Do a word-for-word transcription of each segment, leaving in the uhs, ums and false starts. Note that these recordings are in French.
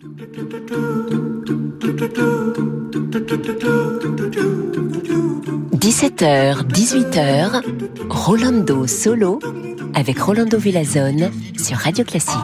dix-sept heures, dix-huit heures, Rolando Solo avec Rolando Villazone sur Radio Classique.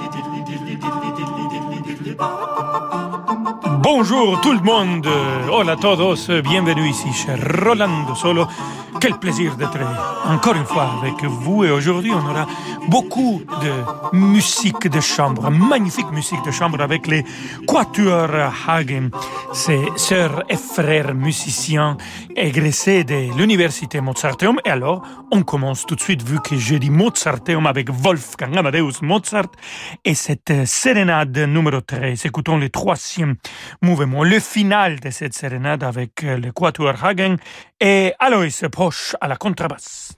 Bonjour tout le monde, hola a todos, bienvenue ici chez Rolando Solo. Quel plaisir d'être encore une fois avec vous et aujourd'hui on aura beaucoup de musique de chambre, magnifique musique de chambre avec les Quatuor Hagen, ces sœurs et frères musiciens égressés de l'université Mozarteum. Et alors on commence tout de suite vu que je dis Mozarteum avec Wolfgang Amadeus Mozart et cette sérénade numéro treize. Écoutons le troisième mouvement, le final de cette sérénade avec le Quatuor Hagen et Alois Posch à la contrebasse.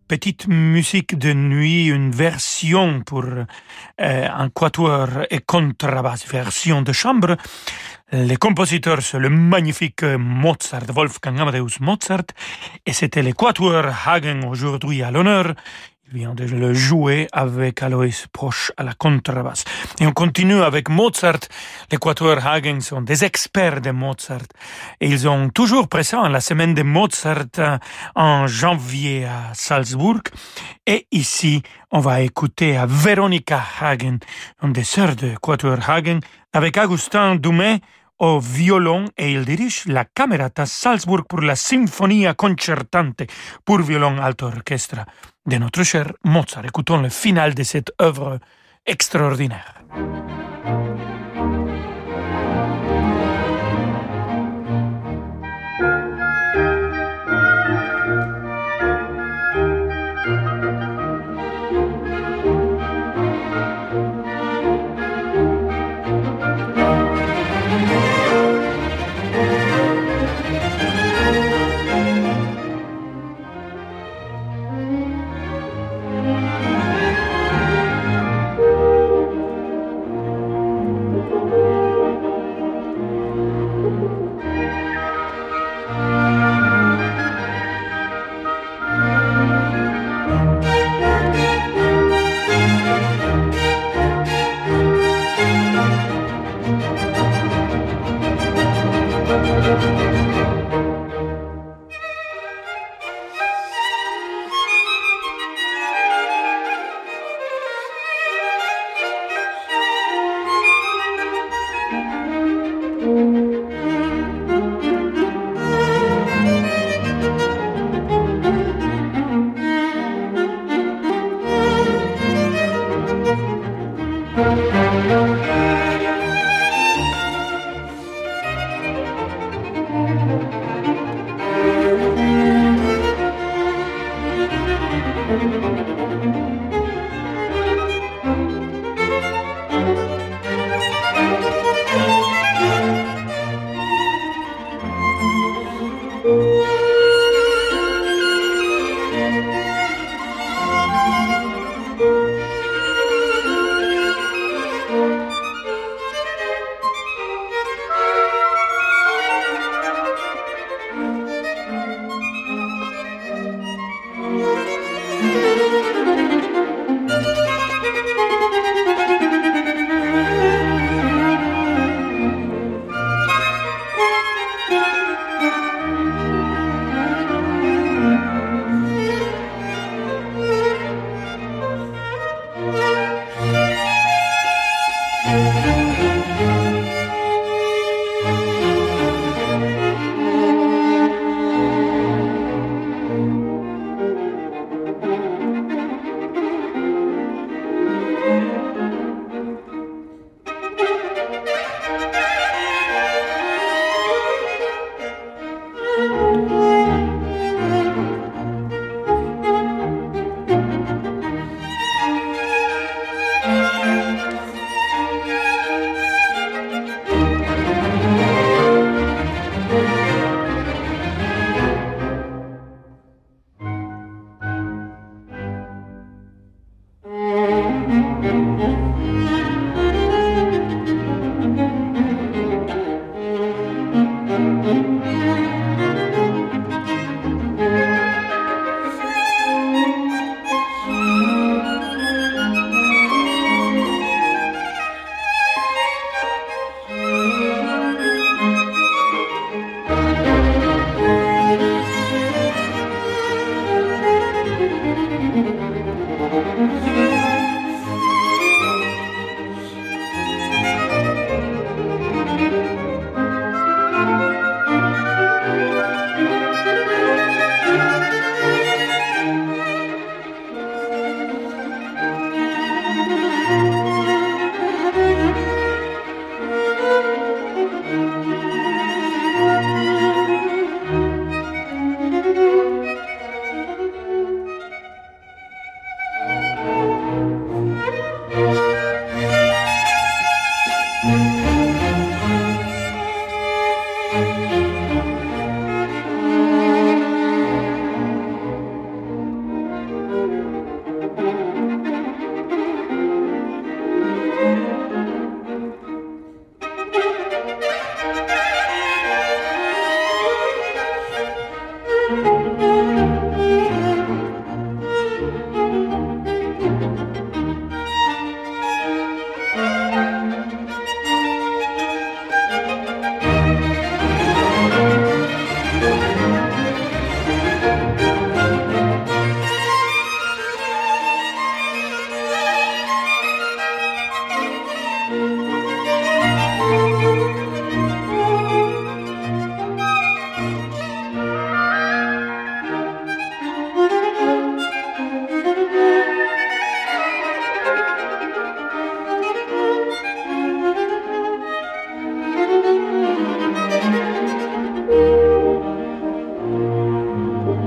petite musique de nuit, une version pour euh, un quatuor et contrebasse, version de chambre. Les compositeurs, c'est le magnifique Mozart, Wolfgang Amadeus Mozart, et c'était le quatuor Hagen aujourd'hui à l'honneur. Il vient de le jouer avec Alois Proch à la contrebasse. Et on continue avec Mozart. Les quatuors Hagen sont des experts de Mozart. Et ils sont toujours présents à la semaine de Mozart en janvier à Salzbourg. Et ici, on va écouter à Veronica Hagen, une des sœurs de quatuor Hagen, avec Augustin Dumay au violon, et il dirige la Camerata Salzbourg pour la Sinfonia Concertante pour violon alto orchestre de notre cher Mozart. Écoutons le final de cette œuvre extraordinaire.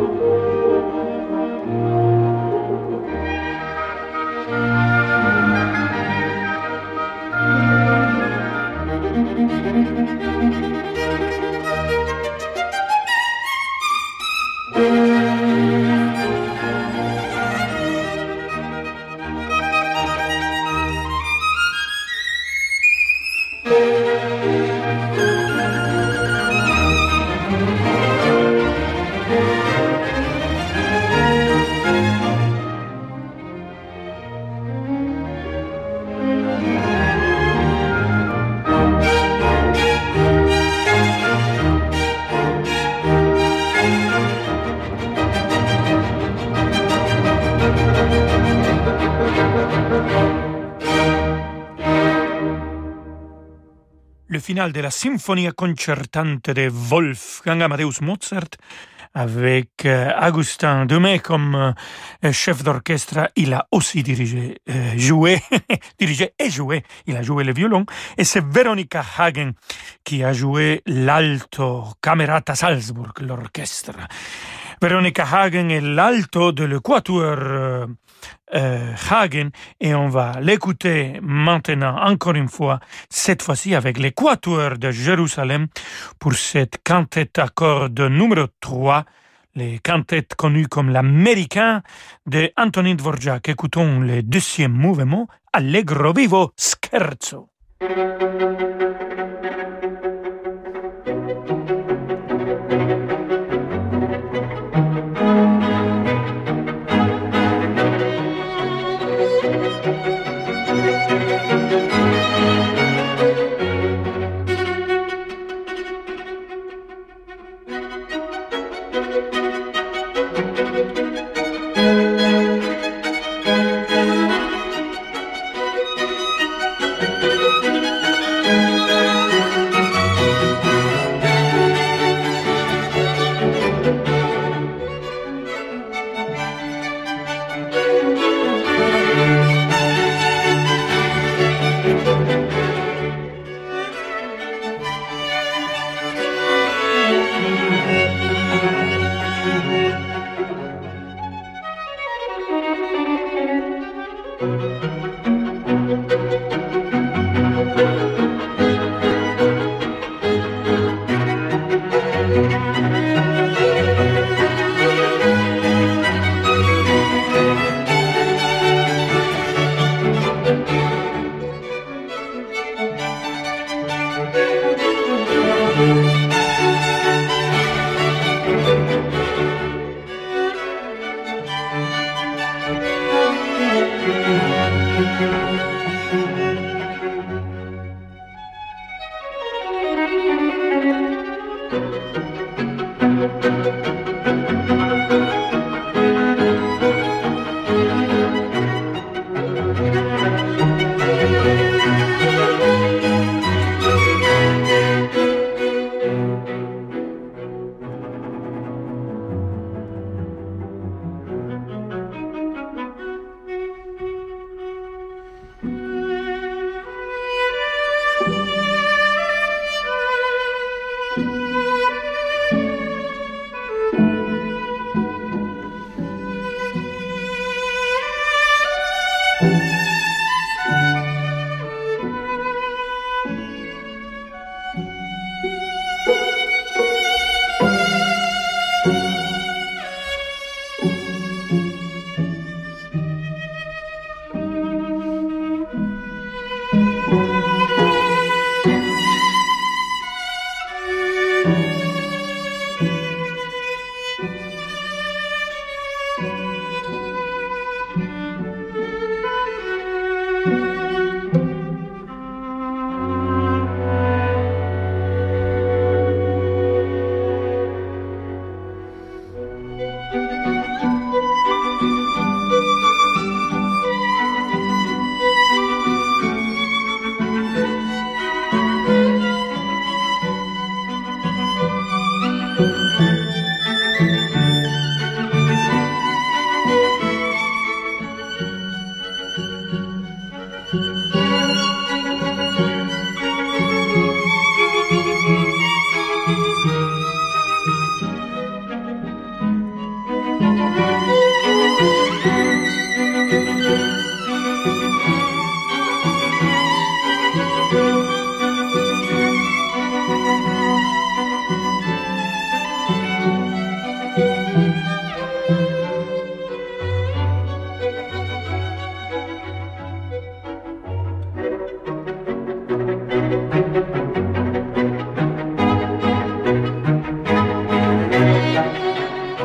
Le final de la Sinfonia concertante de Wolfgang Amadeus Mozart avec euh, Augustin Dumay comme euh, chef d'orchestre. Il a aussi dirigé, euh, joué, dirigé et joué, il a joué le violon, et c'est Veronica Hagen qui a joué l'alto Camerata Salzburg, l'orchestre. Veronica Hagen est l'alto de l'Quatuor euh, euh, Hagen, et on va l'écouter maintenant encore une fois, cette fois-ci avec l'Quatuor de Jérusalem pour cette quintette à cordes numéro trois, les quintettes connues comme l'Américain de Antonin Dvorak. Écoutons le deuxième mouvement, Allegro vivo scherzo.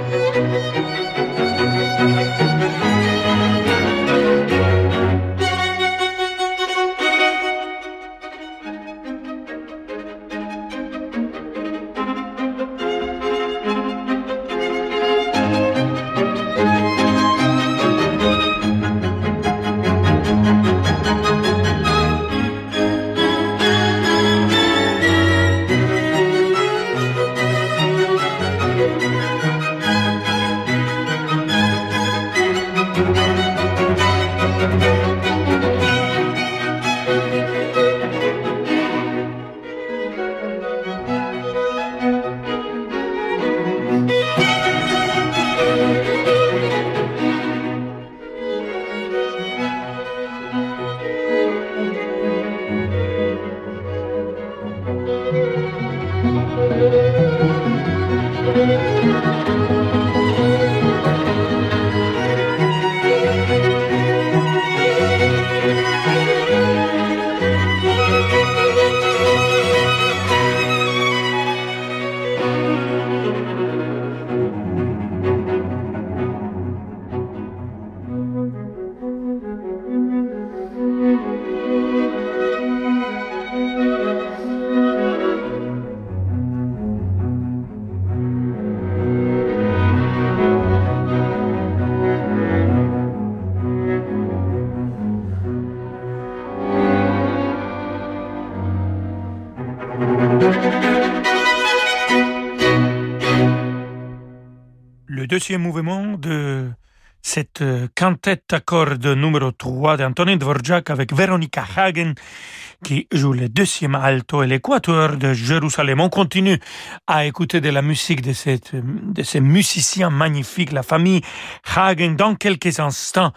Le deuxième mouvement de cette quintette à cordes numéro trois d'Antonin Dvorak avec Veronica Hagen qui joue le deuxième alto et l'équateur de Jérusalem. On continue à écouter de la musique de, cette, de ces musiciens magnifiques, la famille Hagen. Dans quelques instants,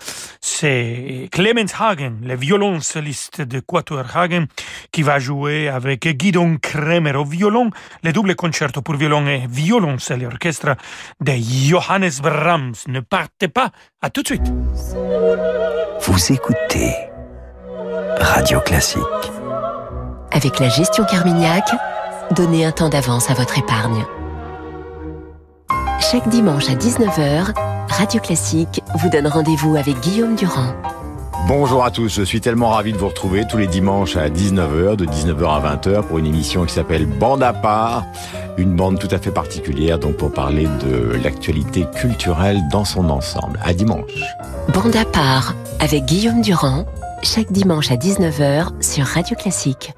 c'est Clemens Hagen, le violoncelliste de Quatuor Hagen, qui va jouer avec Guidon Kremer au violon, le double concerto pour violon et violoncelle et orchestre de Johannes Brahms. Ne partez pas, à tout de suite. Vous écoutez Radio Classique. Avec la gestion Carmignac, donnez un temps d'avance à votre épargne. Chaque dimanche à dix-neuf heures, Radio Classique vous donne rendez-vous avec Guillaume Durand. Bonjour à tous, je suis tellement ravi de vous retrouver tous les dimanches à dix-neuf heures, de dix-neuf heures à vingt heures, pour une émission qui s'appelle Bande à part, une bande tout à fait particulière, donc pour parler de l'actualité culturelle dans son ensemble. À dimanche. Bande à part, avec Guillaume Durand, chaque dimanche à dix-neuf heures sur Radio Classique.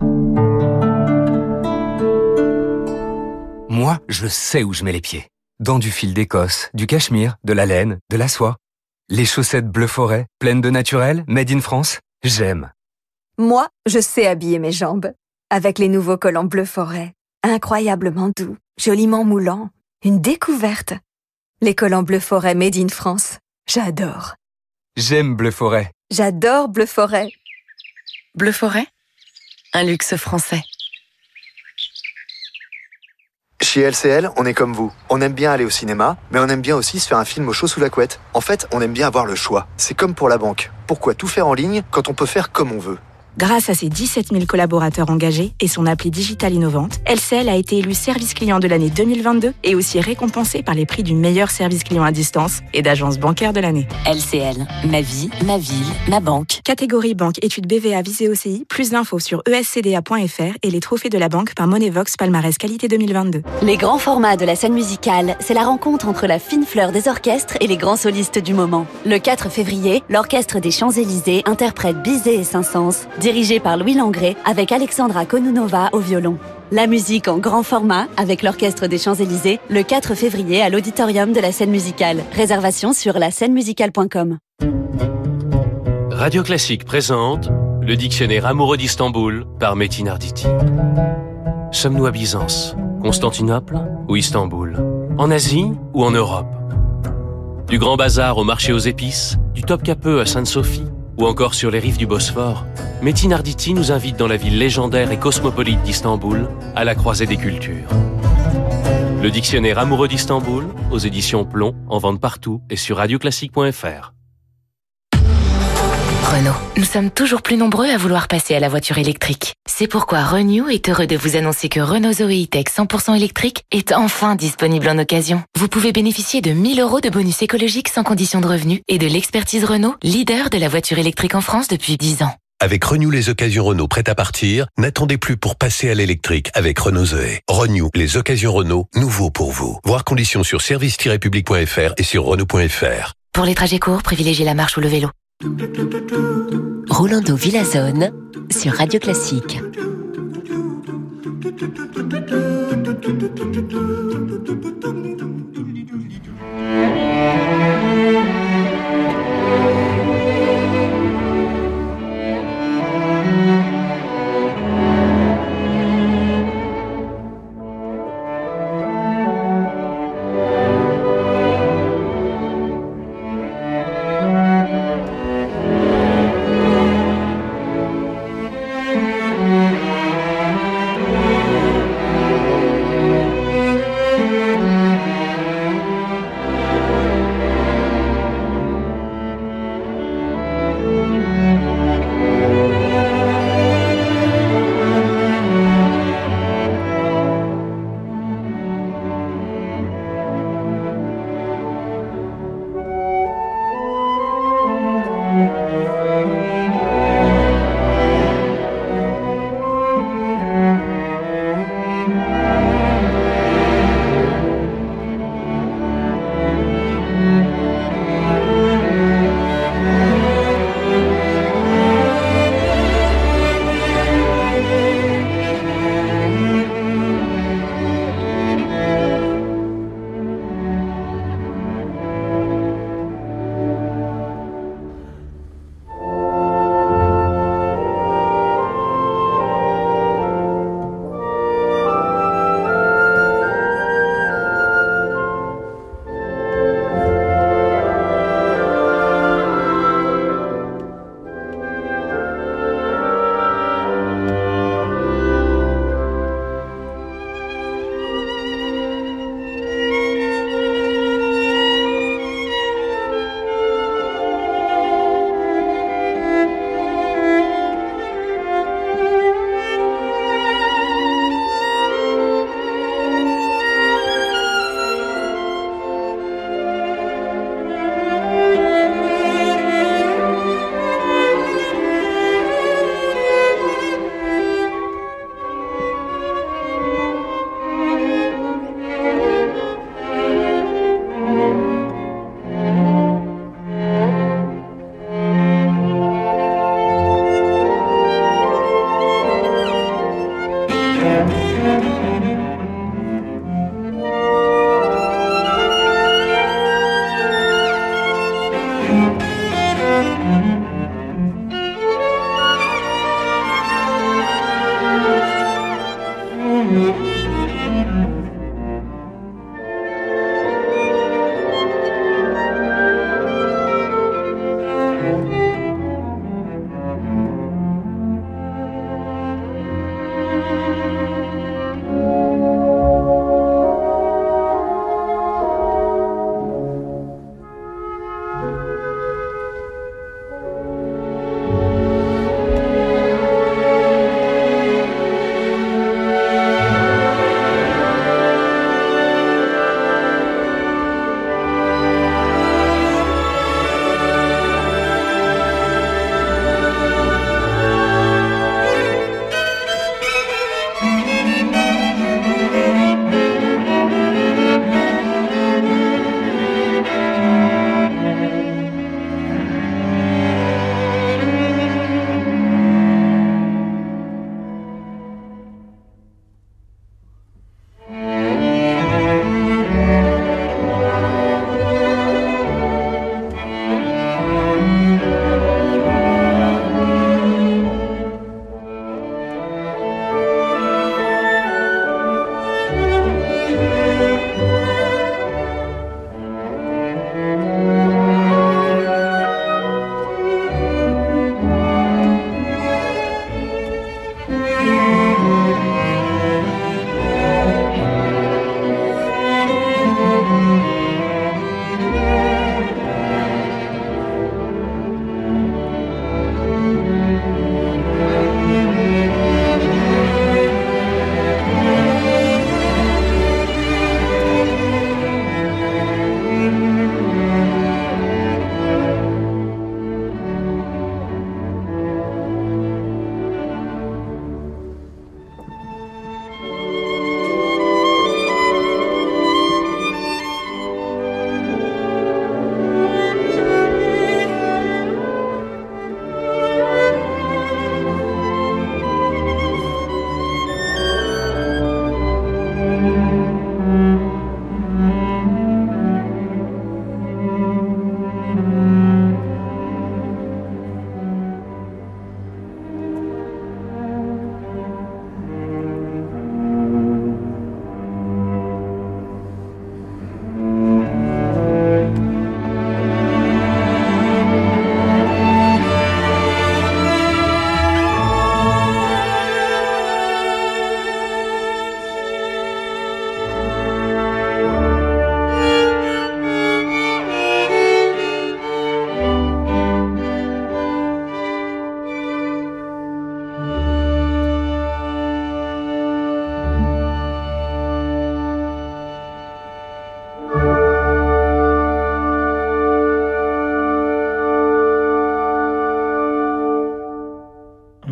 Moi, je sais où je mets les pieds. Dans du fil d'Écosse, du cachemire, de la laine, de la soie. Les chaussettes bleu forêt, pleines de naturel, made in France, j'aime. Moi, je sais habiller mes jambes. Avec les nouveaux collants bleu forêt. Incroyablement doux, joliment moulants. Une découverte. Les collants bleu forêt made in France, j'adore. J'aime bleu forêt. J'adore bleu forêt. Bleu forêt, un luxe français. Chez L C L, on est comme vous. On aime bien aller au cinéma, mais on aime bien aussi se faire un film au chaud sous la couette. En fait, on aime bien avoir le choix. C'est comme pour la banque. Pourquoi tout faire en ligne quand on peut faire comme on veut ? Grâce à ses dix-sept mille collaborateurs engagés et son appli digitale innovante, L C L a été élu service client de l'année deux mille vingt-deux et aussi récompensé par les prix du meilleur service client à distance et d'agence bancaire de l'année. L C L, ma vie, ma ville, ma banque. Catégorie banque études B V A visée O C I, plus d'infos sur e s c d a point f r et les trophées de la banque par Monevox Palmarès Qualité deux mille vingt-deux. Les grands formats de la scène musicale, c'est la rencontre entre la fine fleur des orchestres et les grands solistes du moment. Le quatre février, l'Orchestre des Champs-Élysées interprète Bizet et Saint-Saëns, dirigé par Louis Langrée, avec Alexandra Konounova au violon. La musique en grand format avec l'Orchestre des Champs-Élysées le quatre février à l'auditorium de la scène musicale. Réservation sur la scène musicale point com. Radio Classique présente le dictionnaire amoureux d'Istanbul par Metin Arditi. Sommes-nous à Byzance, Constantinople ou Istanbul? En Asie ou en Europe? Du Grand Bazar au marché aux épices, du Topkapı à Sainte-Sophie ou encore sur les rives du Bosphore, Metin Arditi nous invite dans la ville légendaire et cosmopolite d'Istanbul, à la croisée des cultures. Le dictionnaire amoureux d'Istanbul, aux éditions Plomb, en vente partout et sur radio classique point f r. Renault. Nous sommes toujours plus nombreux à vouloir passer à la voiture électrique. C'est pourquoi Renew est heureux de vous annoncer que Renault Zoe E-Tech cent pour cent électrique est enfin disponible en occasion. Vous pouvez bénéficier de mille euros de bonus écologique sans condition de revenu et de l'expertise Renault, leader de la voiture électrique en France depuis dix ans. Avec Renew les occasions Renault prêtes à partir, n'attendez plus pour passer à l'électrique avec Renault Zoé. Renew les occasions Renault, nouveau pour vous. Voir conditions sur service tiret public point f r et sur Renault point f r. Pour les trajets courts, privilégiez la marche ou le vélo. Rolando Villazone sur Radio Classique.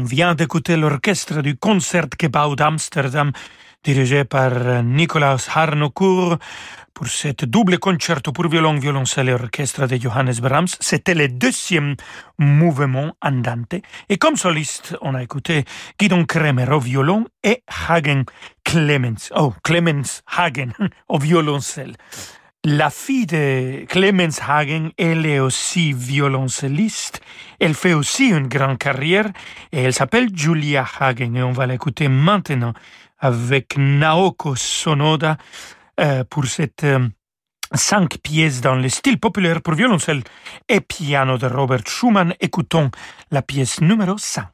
vient d'écouter l'orchestre du Concertgebouw d'Amsterdam, dirigé par Nicolaus Harnoncourt, pour cette double concerto pour violon, violoncelle et orchestre de Johannes Brahms. C'était le deuxième mouvement andante. Et comme soliste, on a écouté Guidon Kremer au violon et Hagen Clemens, oh, Clemens Hagen au violoncelle. La fille de Clemens Hagen, elle est aussi violoncelliste. Elle fait aussi une grande carrière et elle s'appelle Julia Hagen. Et on va l'écouter maintenant avec Naoko Sonoda euh, pour cette euh, cinq pièces dans le style populaire pour violoncelle et piano de Robert Schumann. Écoutons la pièce numéro cinq.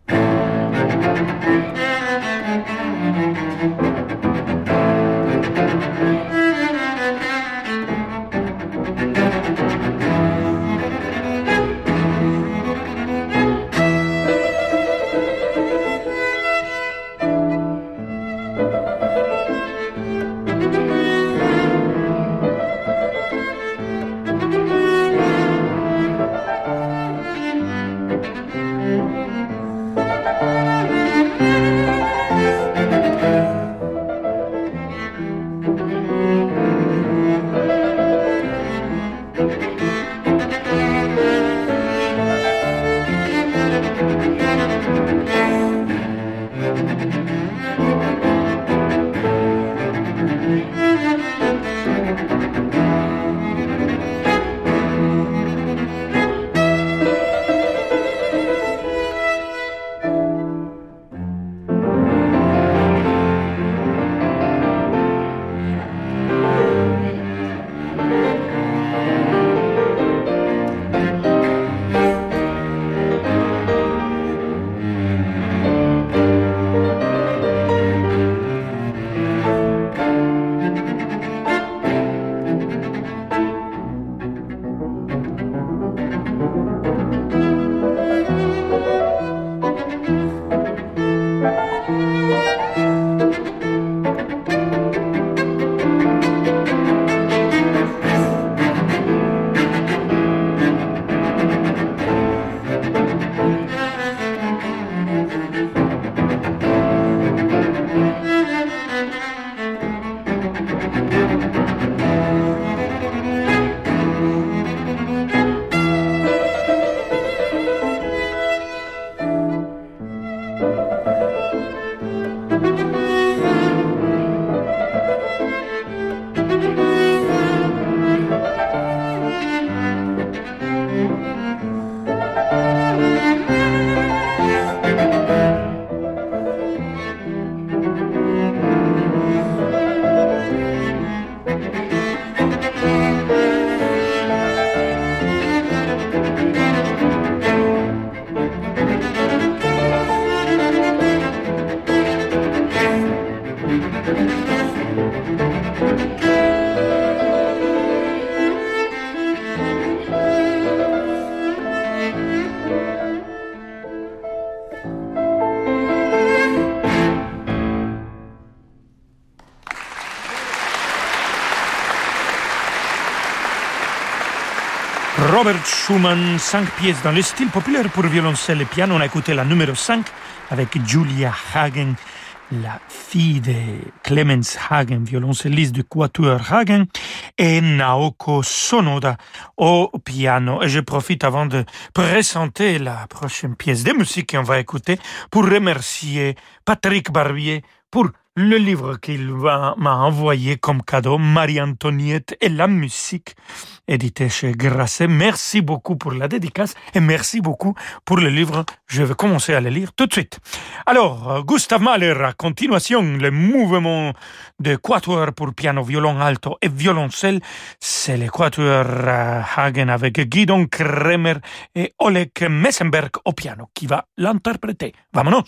Robert Schumann, cinq pièces dans le style populaire pour violoncelle et piano. On a écouté la numéro cinq avec Julia Hagen, la fille de Clemens Hagen, violoncelliste du Quatuor Hagen, et Naoko Sonoda au piano. Et je profite avant de présenter la prochaine pièce de musique qu'on va écouter pour remercier Patrick Barbier pour le livre qu'il m'a envoyé comme cadeau, Marie-Antoniette et la musique, édité chez Grasset. Merci beaucoup pour la dédicace et merci beaucoup pour le livre. Je vais commencer à le lire tout de suite. Alors, Gustav Mahler, à continuation, le mouvement de quatuor pour piano, violon alto et violoncelle. C'est le quatuor Hagen avec Guidon Kremer et Oleg Messenberg au piano qui va l'interpréter. Vamonos!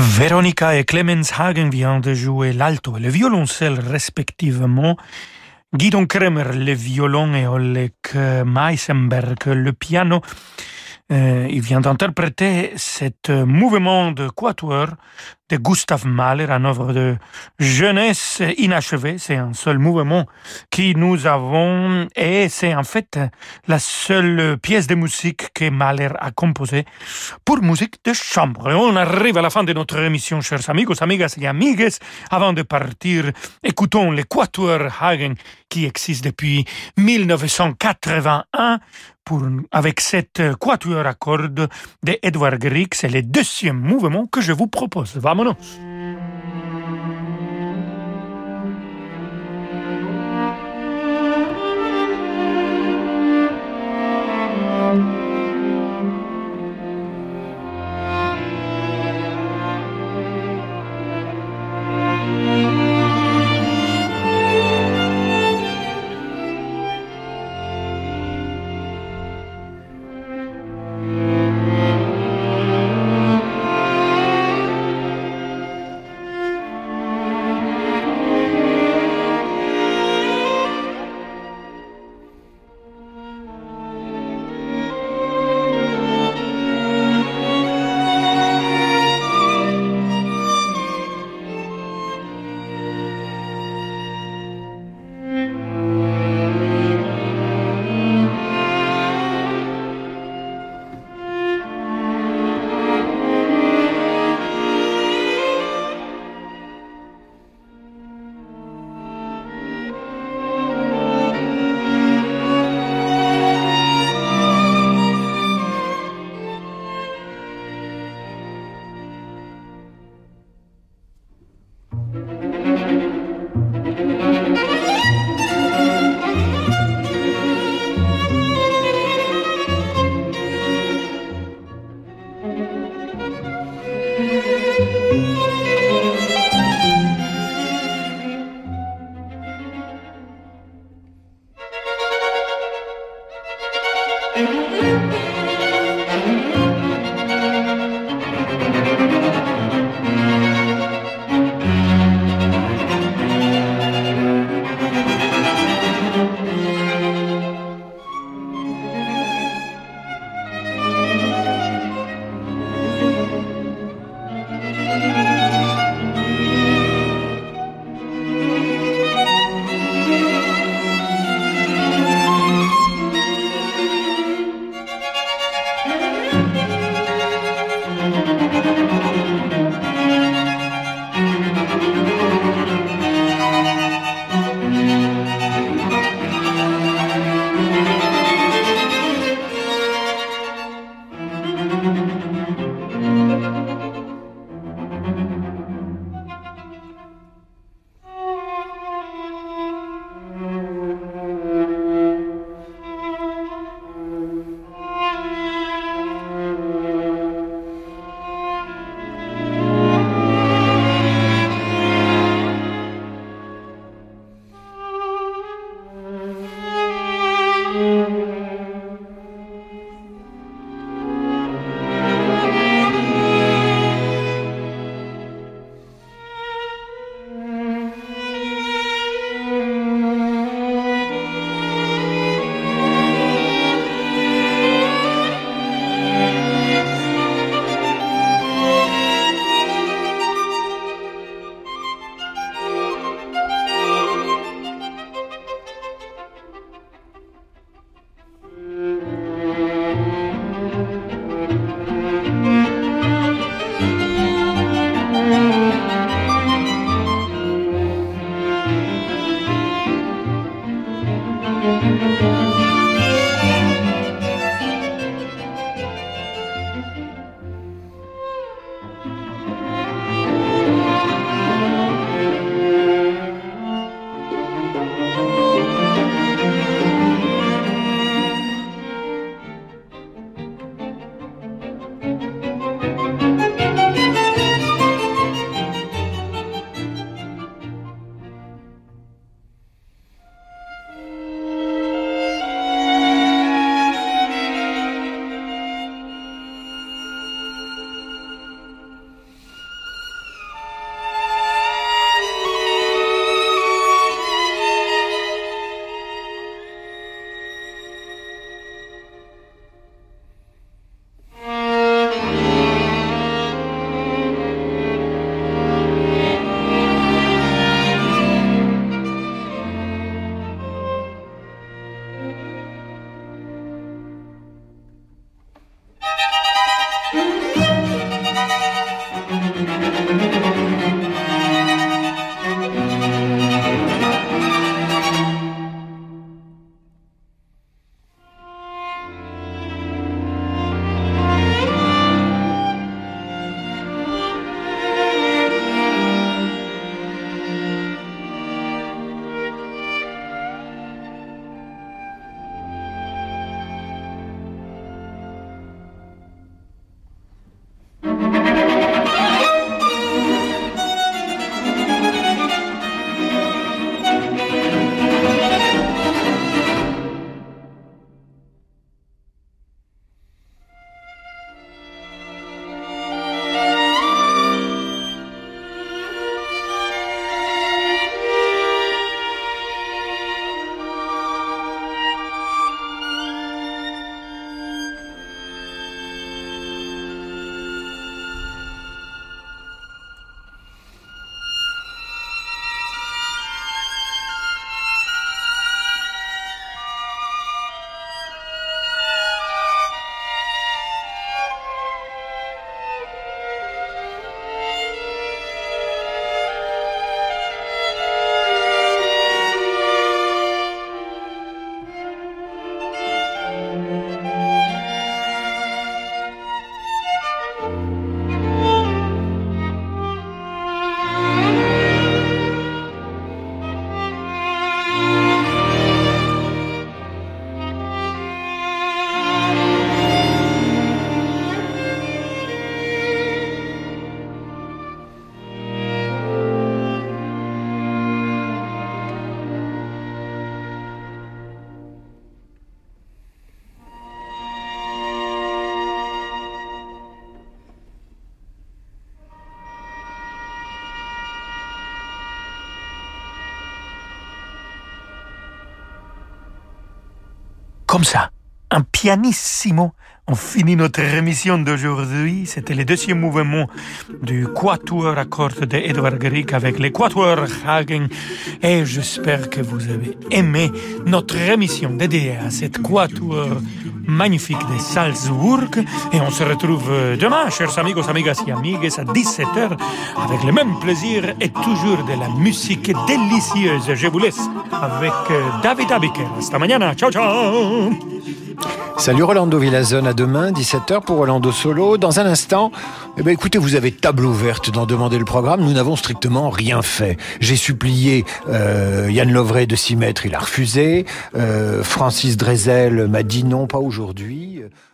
Veronica et Clemens Hagen viennent de jouer l'alto et le violoncelle respectivement. Guidon Kremer, le violon, et Oleg Meisenberg, le piano. Euh, il vient d'interpréter cet mouvement de quatuor de Gustav Mahler, une œuvre de jeunesse inachevée. C'est un seul mouvement que nous avons et c'est en fait la seule pièce de musique que Mahler a composée pour musique de chambre. Et on arrive à la fin de notre émission, chers amigos, amigas et amigues. Avant de partir, écoutons le quatuor Hagen qui existe depuis mille neuf cent quatre-vingt-un pour, avec cette quatuor à cordes de Edvard Grieg. C'est le deuxième mouvement que je vous propose. Vamonos! comme ça, un pianissimo. On finit notre émission d'aujourd'hui. C'était le deuxième mouvement du quatuor à cordes d'Edvard Grieg avec les quatuors Hagen. Et j'espère que vous avez aimé notre émission dédiée à cette quatuor magnifique de Salzbourg. Et on se retrouve demain, chers amigos, amigas et amigues, à dix-sept heures, avec le même plaisir et toujours de la musique délicieuse. Je vous laisse avec David Abiker. Hasta mañana. Ciao, ciao. Salut Rolando Villazone, à demain, dix-sept heures pour Rolando Solo. Dans un instant, eh ben écoutez, vous avez table ouverte d'en demander le programme. Nous n'avons strictement rien fait. J'ai supplié euh, Yann Lovray de s'y mettre, il a refusé. Euh, Francis Drezel m'a dit non, pas aujourd'hui.